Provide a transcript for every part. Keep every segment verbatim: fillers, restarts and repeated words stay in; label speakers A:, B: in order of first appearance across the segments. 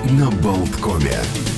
A: на Болткоме.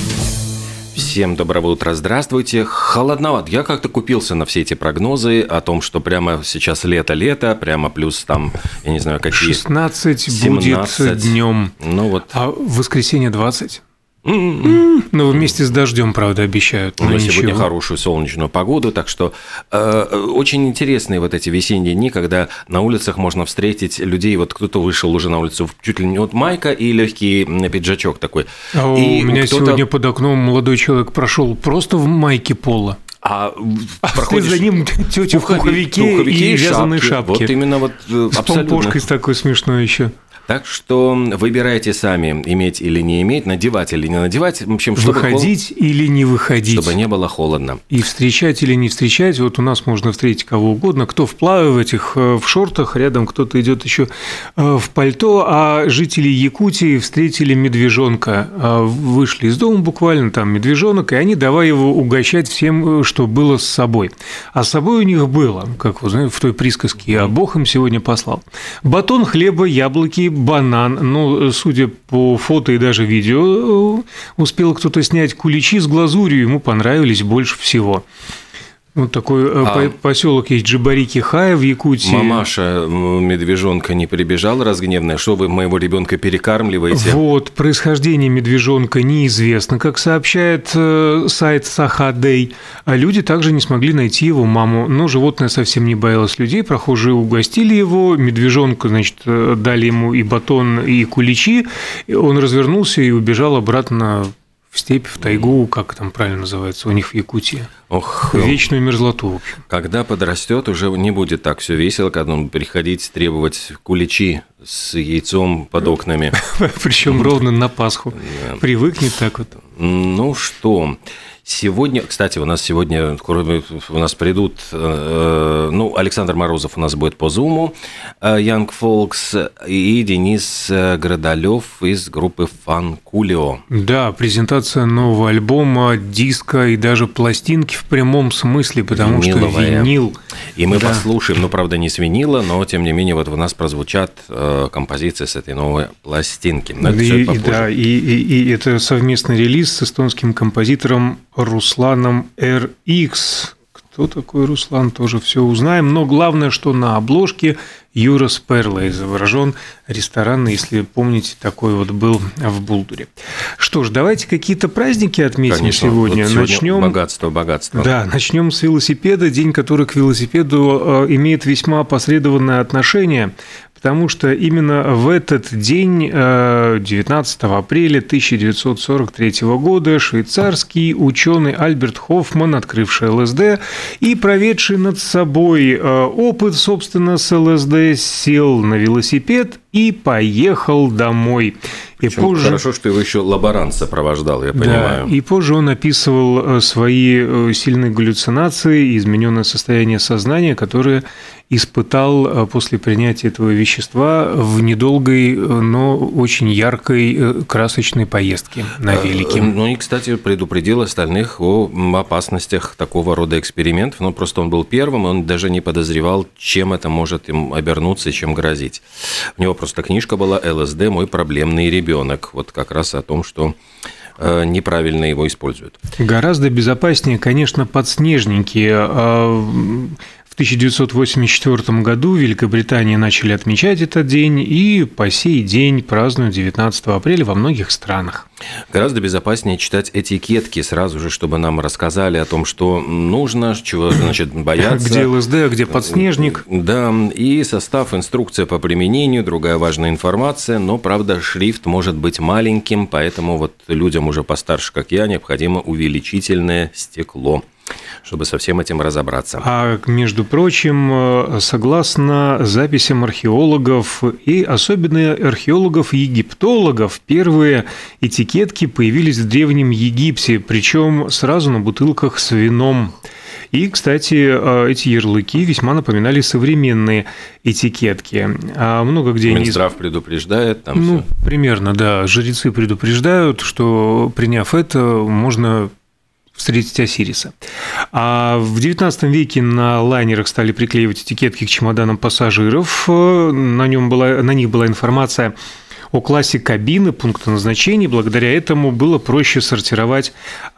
B: Всем доброго утра, здравствуйте. Холодноват. Я как-то купился на все эти прогнозы о том, что прямо сейчас лето-лето, прямо плюс там, я не знаю, какие...
C: шестнадцать
B: семнадцать
C: будет днем,
B: ну, вот.
C: А в воскресенье двадцать.
B: Mm-hmm.
C: Ну, вместе с дождем, правда, обещают.
B: Но
C: ничего.
B: Сегодня хорошую солнечную погоду, так что э, очень интересные вот эти весенние дни, когда на улицах можно встретить людей. Вот кто-то вышел уже на улицу чуть ли не вот майка и легкий пиджачок такой.
C: А
B: и
C: у меня
B: кто-то...
C: сегодня под окном молодой человек прошел просто в майке поло.
B: А,
C: а
B: проходишь...
C: за ним тетя в пуховике, пуховике и, и вязаной шапке.
B: Вот именно вот
C: с
B: абсолютно.
C: Помпошкой с такой смешной еще.
B: Так что выбирайте сами, иметь или не иметь, надевать или не надевать. В общем, чтобы
C: выходить хол... или не выходить.
B: Чтобы не было холодно.
C: И встречать или не встречать. Вот у нас можно встретить кого угодно. Кто вплаве в этих, в шортах, рядом кто-то идет еще в пальто. А жители Якутии встретили медвежонка. Вышли из дома буквально, там медвежонок, и они давай его угощать всем, что было с собой. А с собой у них было, как вы знаете, в той присказке, а Бог им сегодня послал. Батон хлеба, яблоки, банан, ну, судя по фото и даже видео, успел кто-то снять куличи с глазурью, ему понравились больше всего. Вот такой а поселок есть Джибарики-Хая в Якутии.
B: Мамаша медвежонка не прибежала разгневанная, что вы моего ребенка перекармливаете?
C: Вот, происхождение медвежонка неизвестно, как сообщает сайт Сахадей. А люди также не смогли найти его маму. Но животное совсем не боялось людей, прохожие угостили его, медвежонка, значит, дали ему и батон, и куличи. Он развернулся и убежал обратно в степь, в тайгу, как там правильно называется у них в Якутии.
B: Ох,
C: в вечную мерзлоту, в общем.
B: Когда подрастет, уже не будет так все весело, когда он приходить требовать куличи с яйцом под окнами.
C: Причем ровно на Пасху. Привыкнет так вот.
B: Ну что... Сегодня, кстати, у нас сегодня у нас придут, ну, Александр Морозов у нас будет по Зуму, Young Folks, и Денис Градалев из группы Фанкулио.
C: Да, презентация нового альбома, диска и даже пластинки в прямом смысле, потому Виниловая. Что винил.
B: И мы да. послушаем, ну, правда, не с винила, но, тем не менее, вот у нас прозвучат композиции с этой новой пластинки.
C: Да, и, и, да, и, и, и это совместный релиз с эстонским композитором Русланом эр икс. Кто такой Руслан, тоже все узнаем. Но главное, что на обложке Юра Сперла изображен, ресторанный, если помните, такой вот был в Булдуре. Что ж, давайте какие-то праздники отметим. Конечно, сегодня.
B: Вот сегодня
C: начнем...
B: Богатство, богатство.
C: Да, начнем с велосипеда. День, который к велосипеду имеет весьма опосредованное отношение. Потому что именно в этот день, девятнадцатого апреля тысяча девятьсот сорок третьего года, швейцарский ученый Альберт Хоффман, открывший эл эс дэ и проведший над собой опыт, собственно, с эл эс дэ, сел на велосипед и поехал домой. И позже...
B: Хорошо, что его еще лаборант сопровождал, я понимаю.
C: Да, и позже он описывал свои сильные галлюцинации и измененное состояние сознания, которое испытал после принятия этого вещества в недолгой, но очень яркой красочной поездке на велике.
B: Ну и, кстати, предупредил остальных о опасностях такого рода экспериментов. Ну, просто он был первым, он даже не подозревал, чем это может им обернуться и чем грозить. У него просто книжка была «эл эс дэ. Мой проблемный ребенок». Вот как раз о том, что неправильно его используют.
C: Гораздо безопаснее, конечно, подснежники. В тысяча девятьсот восемьдесят четвёртом году в Великобритании начали отмечать этот день, и по сей день празднуют девятнадцатого апреля во многих странах.
B: Гораздо безопаснее читать этикетки сразу же, чтобы нам рассказали о том, что нужно, чего, значит, бояться.
C: Где эл эс дэ, где подснежник.
B: Да, и состав, инструкция по применению, другая важная информация, но, правда, шрифт может быть маленьким, поэтому вот людям уже постарше, как я, необходимо увеличительное стекло, чтобы со всем этим разобраться.
C: А, между прочим, согласно записям археологов, и особенно археологов-египтологов, первые этикетки появились в Древнем Египте, причем сразу на бутылках с вином. И, кстати, эти ярлыки весьма напоминали современные этикетки. А много где они...
B: Минздрав предупреждает. Там
C: ну,
B: все.
C: Примерно, да. Жрецы предупреждают, что, приняв это, можно встретить Осириса. А в девятнадцатом веке на лайнерах стали приклеивать этикетки к чемоданам пассажиров. На, нем была, на них была информация о классе кабины, пункта назначения. Благодаря этому было проще сортировать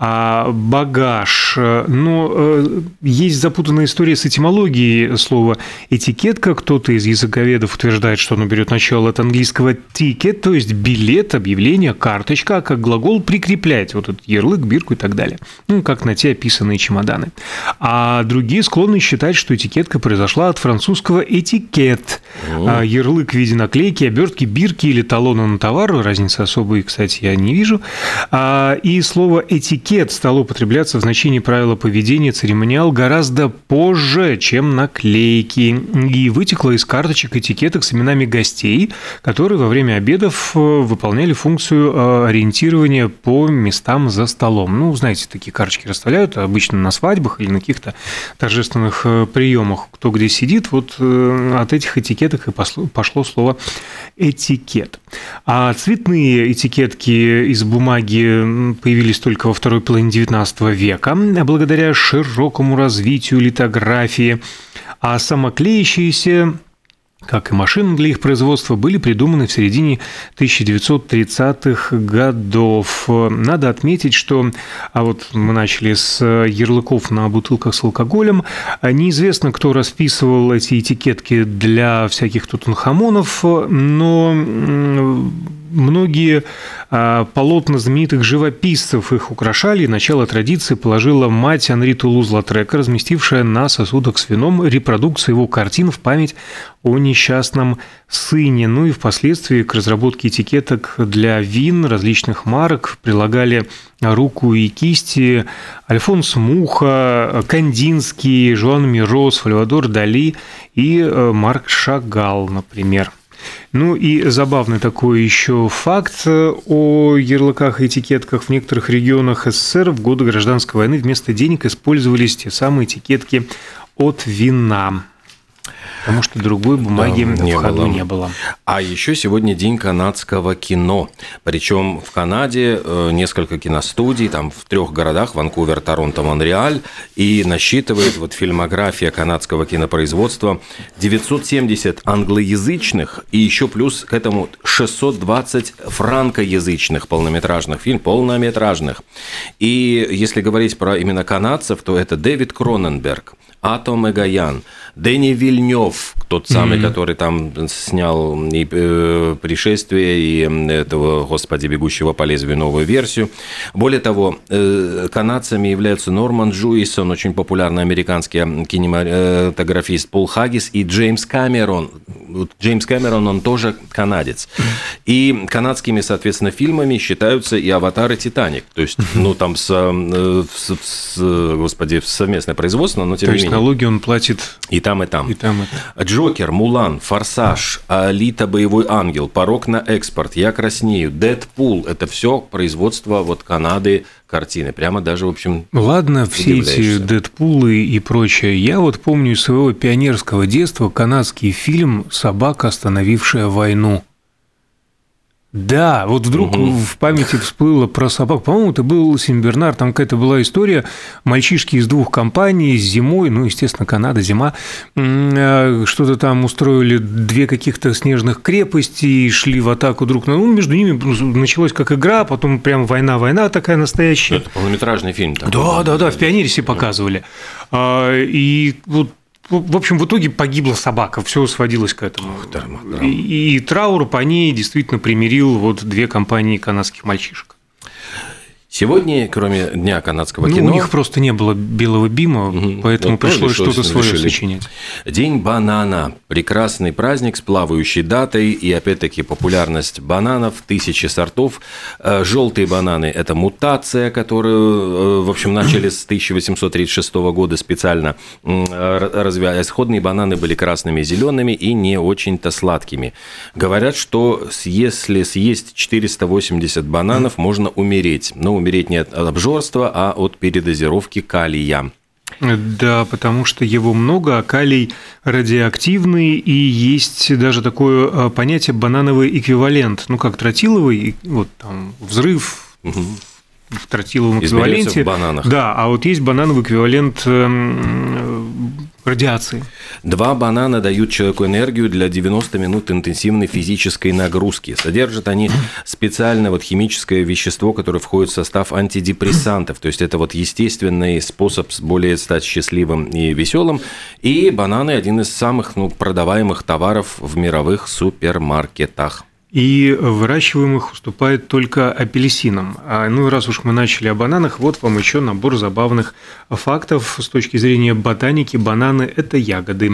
C: багаж. Но есть запутанная история с этимологией слова «этикетка». Кто-то из языковедов утверждает, что оно берет начало от английского «ticket», то есть билет, объявление, карточка, а как глагол «прикреплять», вот этот ярлык, бирку и так далее. Ну, как на те описанные чемоданы. А другие склонны считать, что этикетка произошла от французского «этикет». Mm. Ярлык в виде наклейки, обертки, бирки или талона на товар. Разницы особой, кстати, я не вижу. И слово «этикет» стало употребляться в значении правила поведения, церемониал гораздо позже, чем наклейки. И вытекло из карточек этикеток с именами гостей, которые во время обедов выполняли функцию ориентирования по местам за столом. Ну, знаете, такие карточки расставляют обычно на свадьбах или на каких-то торжественных приемах. Кто где сидит, вот от этих этикеток и пошло слово «этикет». А цветные этикетки из бумаги появились только во второй половине девятнадцатого века, благодаря широкому развитию литографии, а самоклеящиеся, как и машины для их производства, были придуманы в середине тысяча девятьсот тридцатых годов. Надо отметить, что а вот мы начали с ярлыков на бутылках с алкоголем. Неизвестно, кто расписывал эти этикетки для всяких тутанхамонов, но многие полотна знаменитых живописцев их украшали, и начало традиции положила мать Анри Тулуз-Латрека, разместившая на сосудах с вином репродукцию его картин в память о несчастном сыне. Ну и впоследствии к разработке этикеток для вин различных марок прилагали руку и кисти Альфонс Муха, Кандинский, Жуан Миро, Сальвадор Дали и Марк Шагал, например. Ну и забавный такой еще факт о ярлыках и этикетках. В некоторых регионах СССР в годы гражданской войны вместо денег использовались те самые этикетки от вина. Потому что другой бумаги да, в ходу не было.
B: А еще сегодня день канадского кино. Причем в Канаде несколько киностудий, там в трех городах, Ванкувер, Торонто, Монреаль, и насчитывает вот фильмография канадского кинопроизводства девятьсот семьдесят англоязычных и еще плюс к этому шестьсот двадцать франкоязычных полнометражных фильмов, полнометражных. И если говорить про именно канадцев, то это Дэвид Кроненберг, Ато Мегоян, Дени Вильнёв, тот самый, mm-hmm. который там снял и э, «Пришествие», и этого, господи, «Бегущего по лезвию» новую версию. Более того, э, канадцами являются Норман Джуисон, очень популярный американский кинематографист, Пол Хаггис и Джеймс Кэмерон. Джеймс Кэмерон, он тоже канадец. И канадскими, соответственно, фильмами считаются и «Аватар» и «Титаник». То есть, ну, там, с, с, с, господи, совместное производство, но тем не менее.
C: То есть налоги он платит
B: и там, и там.
C: И там, и там.
B: Джокер, Мулан, Форсаж, Алита, Боевой ангел, Порок на экспорт, Я краснею, Дэдпул – это все производство вот Канады картины. Прямо даже, в общем,
C: ладно, все эти Дэдпулы и прочее. Я вот помню из своего пионерского детства канадский фильм «Собака, остановившая войну». Да, вот вдруг угу. в памяти всплыло про собак. По-моему, это был Сен-Бернар, там какая-то была история. Мальчишки из двух компаний зимой, ну, естественно, Канада, зима, что-то там устроили две каких-то снежных крепости и шли в атаку друг на друга. Ну, между ними началась как игра, потом прям война-война такая настоящая.
B: Это полнометражный фильм.
C: Такой. Да, да, да, в «Пионере» показывали. И вот в общем, в итоге погибла собака, все сводилось к этому. Ох, драма, драма. И, и траур по ней действительно примирил вот две компании канадских мальчишек.
B: Сегодня, кроме Дня канадского
C: ну,
B: кино...
C: у них просто не было белого бима, угу. поэтому вот пришлось что-то свое сочинять.
B: День банана. Прекрасный праздник с плавающей датой и, опять-таки, популярность бананов, тысячи сортов. Желтые бананы – это мутация, которую, в общем, начали с тысяча восемьсот тридцать шестого года специально развивать. Исходные бананы были красными и зелеными и не очень-то сладкими. Говорят, что если съесть четыреста восемьдесят бананов, можно умереть. Но умереть не от обжорства, а от передозировки калия.
C: Да, потому что его много, а калий радиоактивный, и есть даже такое понятие банановый эквивалент, ну как тротиловый, вот там взрыв угу. в тротиловом эквиваленте.
B: В бананах.
C: Да, а вот есть банановый эквивалент радиации.
B: Два банана дают человеку энергию для девяноста минут интенсивной физической нагрузки. Содержат они специальное вот химическое вещество, которое входит в состав антидепрессантов. То есть это вот естественный способ более стать счастливым и веселым. И бананы – один из самых ну, продаваемых товаров в мировых супермаркетах.
C: И выращиваемых уступает только апельсинам. А, ну, раз уж мы начали о бананах, вот вам еще набор забавных фактов. С точки зрения ботаники, бананы – это ягоды.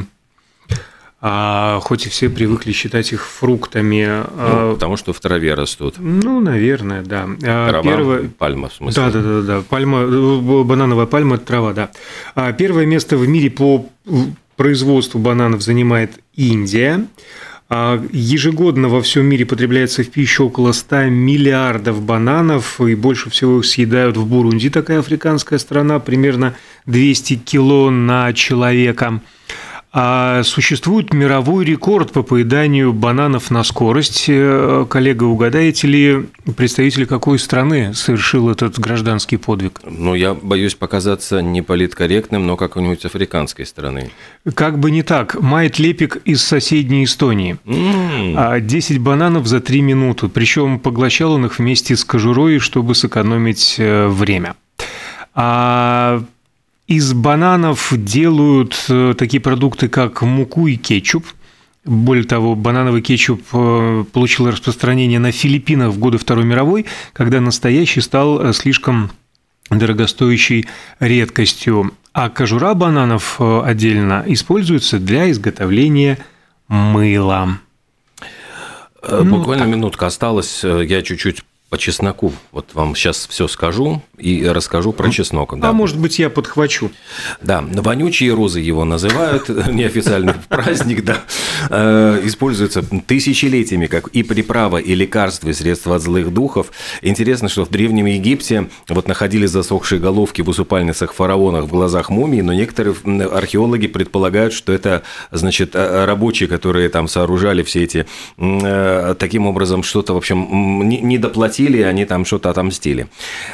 C: А, хоть и все привыкли считать их фруктами.
B: Ну, потому что в траве растут.
C: Ну, наверное, да.
B: Трава, Первое... пальма, в смысле.
C: Да, да, да, да. Пальма, банановая пальма – это трава, да. А первое место в мире по производству бананов занимает Индия. Ежегодно во всем мире потребляется в пищу около ста миллиардов бананов, и больше всего их съедают в Бурунди, такая африканская страна, примерно двести кило на человека. А существует мировой рекорд по поеданию бананов на скорость. Коллега, угадаете ли, представитель какой страны совершил этот гражданский подвиг?
B: Ну, я боюсь показаться неполиткорректным, но какой-нибудь африканской страны.
C: Как бы не так. Майт Лепик из соседней Эстонии. Mm. десять бананов за три минуты. Причем поглощал он их вместе с кожурой, чтобы сэкономить время. А... Из бананов делают такие продукты, как муку и кетчуп. Более того, банановый кетчуп получил распространение на Филиппинах в годы Второй мировой, когда настоящий стал слишком дорогостоящей редкостью. А кожура бананов отдельно используется для изготовления мыла.
B: Буквально
C: ну,
B: минутка осталась, я чуть-чуть по чесноку. Вот вам сейчас все скажу и расскажу про чеснок.
C: А
B: да.
C: может быть, я подхвачу.
B: Да, вонючие розы его называют, неофициальный праздник, да. Используется тысячелетиями как и приправа, и лекарство, и средство от злых духов. Интересно, что в Древнем Египте вот находили засохшие головки в усыпальницах фараонов в глазах мумий, но некоторые археологи предполагают, что это, значит, рабочие, которые там сооружали все эти, таким образом что-то, в общем, не доплатили, они там что-то отомстили.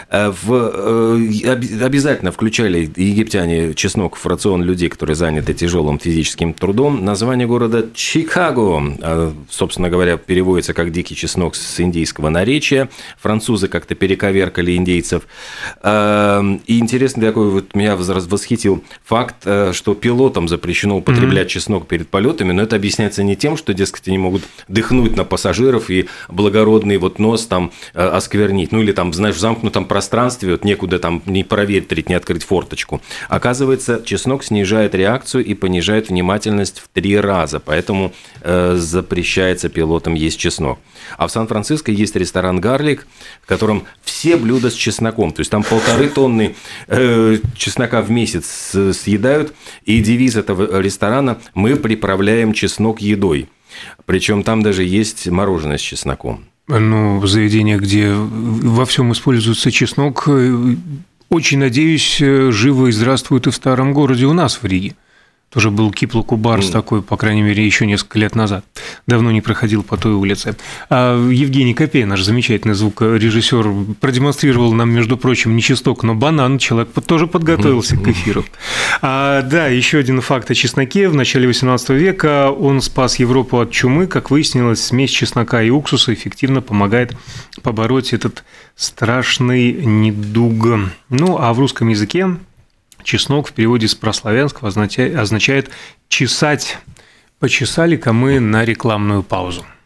B: В, обязательно включали египтяне чеснок в рацион людей, которые заняты тяжелым физическим трудом. Название города Чикаго, собственно говоря, переводится как «дикий чеснок» с индийского наречия. Французы как-то перековеркали индейцев. И интересный такой вот меня восхитил факт, что пилотам запрещено употреблять mm-hmm. чеснок перед полетами, но это объясняется не тем, что, дескать, они могут дыхнуть на пассажиров и благородный вот нос там осквернить, ну или там, знаешь, в замкнутом пространстве вот некуда там не проветрить, не открыть форточку. Оказывается, чеснок снижает реакцию и понижает внимательность в три раза, поэтому э, запрещается пилотам есть чеснок. А в Сан-Франциско есть ресторан «Гарлик», в котором все блюда с чесноком, то есть там полторы тонны э, чеснока в месяц съедают, и девиз этого ресторана «Мы приправляем чеснок едой». Причем там даже есть мороженое с чесноком.
C: Ну, в заведениях, где во всем используется чеснок, очень надеюсь, живо и здравствует и в старом городе у нас, в Риге. Тоже был Киплуку Барс mm. такой, по крайней мере, еще несколько лет назад. Давно не проходил по той улице. А Евгений Копей, наш замечательный звукорежиссер, продемонстрировал нам, между прочим, не чеснок, но банан. Человек тоже подготовился mm. к эфиру. А, да, еще один факт о чесноке. В начале восемнадцатого века он спас Европу от чумы. Как выяснилось, смесь чеснока и уксуса эффективно помогает побороть этот страшный недуг. Ну, а в русском языке чеснок в переводе с прославянского означает «чесать». Почесали-ка мы на рекламную паузу.